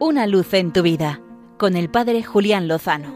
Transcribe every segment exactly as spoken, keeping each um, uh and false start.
Una luz en tu vida, con el Padre Julián Lozano.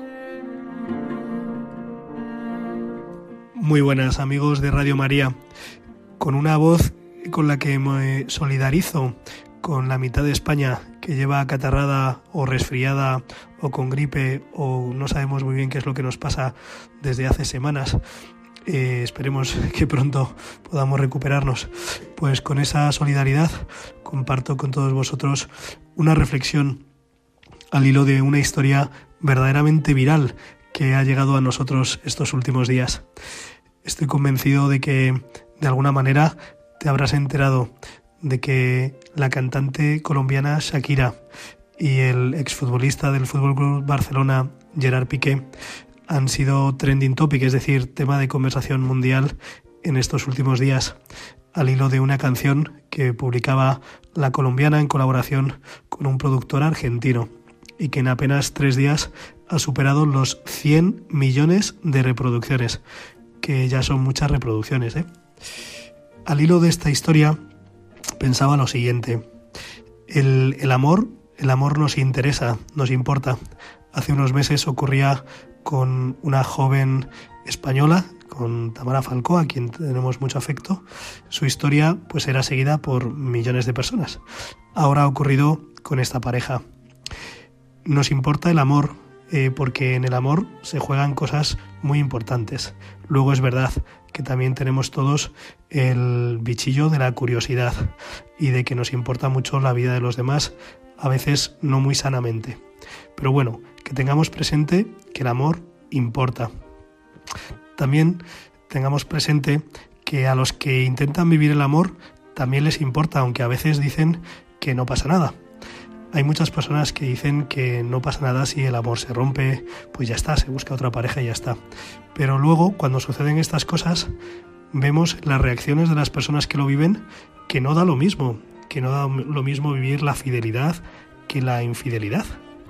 Muy buenas, amigos de Radio María. Con una voz con la que me solidarizo con la mitad de España que lleva acatarrada o resfriada o con gripe o no sabemos muy bien qué es lo que nos pasa desde hace semanas. Eh, esperemos que pronto podamos recuperarnos. Pues con esa solidaridad comparto con todos vosotros una reflexión al hilo de una historia verdaderamente viral que ha llegado a nosotros estos últimos días. Estoy convencido de que de alguna manera te habrás enterado de que la cantante colombiana Shakira y el exfutbolista del F C Barcelona Gerard Piqué han sido trending topic, es decir, tema de conversación mundial en estos últimos días, al hilo de una canción que publicaba la colombiana en colaboración con un productor argentino y que en apenas tres días ha superado los cien millones de reproducciones, que ya son muchas reproducciones, ¿eh? Al hilo de esta historia pensaba lo siguiente: el, el amor, el amor nos interesa, nos importa. Hace unos meses ocurría con una joven española, con Tamara Falcó, a quien tenemos mucho afecto. Su historia pues era seguida por millones de personas. Ahora ha ocurrido con esta pareja. Nos importa el amor, eh, porque en el amor se juegan cosas muy importantes. Luego es verdad que también tenemos todos el bichillo de la curiosidad y de que nos importa mucho la vida de los demás, a veces no muy sanamente. Pero bueno, que tengamos presente que el amor importa. También tengamos presente que a los que intentan vivir el amor también les importa, aunque a veces dicen que no pasa nada. Hay muchas personas que dicen que no pasa nada si el amor se rompe, pues ya está, se busca otra pareja y ya está. Pero luego, cuando suceden estas cosas, vemos las reacciones de las personas que lo viven, que no da lo mismo, que no da lo mismo vivir la fidelidad que la infidelidad.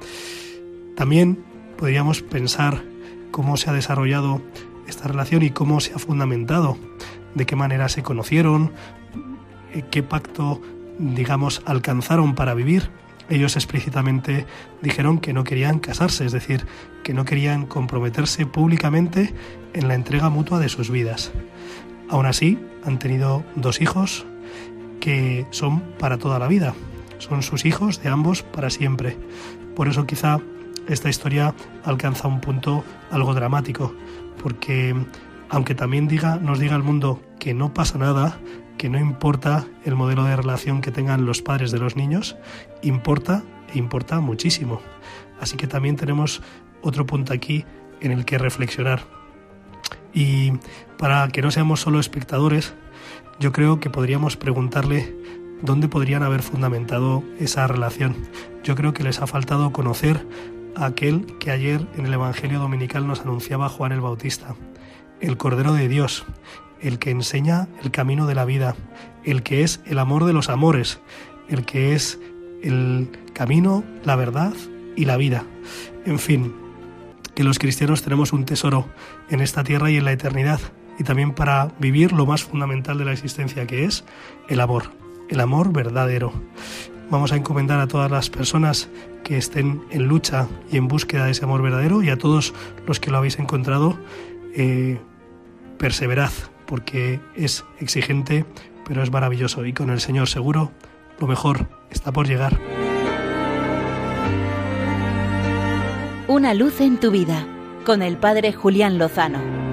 También podríamos pensar cómo se ha desarrollado esta relación y cómo se ha fundamentado, de qué manera se conocieron, qué pacto, digamos, alcanzaron para vivir. Ellos explícitamente dijeron que no querían casarse, es decir, que no querían comprometerse públicamente en la entrega mutua de sus vidas. Aún así, han tenido dos hijos que son para toda la vida. Son sus hijos de ambos para siempre. Por eso quizá esta historia alcanza un punto algo dramático, porque aunque también diga, nos diga el mundo que no pasa nada, que no importa el modelo de relación que tengan los padres de los niños, importa e importa muchísimo. Así que también tenemos otro punto aquí en el que reflexionar. Y para que no seamos solo espectadores, yo creo que podríamos preguntarle dónde podrían haber fundamentado esa relación. Yo creo que les ha faltado conocer a aquel que ayer en el Evangelio Dominical nos anunciaba Juan el Bautista, el Cordero de Dios, el que enseña el camino de la vida, el que es el amor de los amores, el que es el camino, la verdad y la vida. En fin, que los cristianos tenemos un tesoro en esta tierra y en la eternidad, y también para vivir lo más fundamental de la existencia, que es el amor, el amor verdadero. Vamos a encomendar a todas las personas que estén en lucha y en búsqueda de ese amor verdadero, y a todos los que lo habéis encontrado, eh, perseverad, porque es exigente, pero es maravilloso, y con el Señor seguro lo mejor está por llegar. Una luz en tu vida, con el Padre Julián Lozano.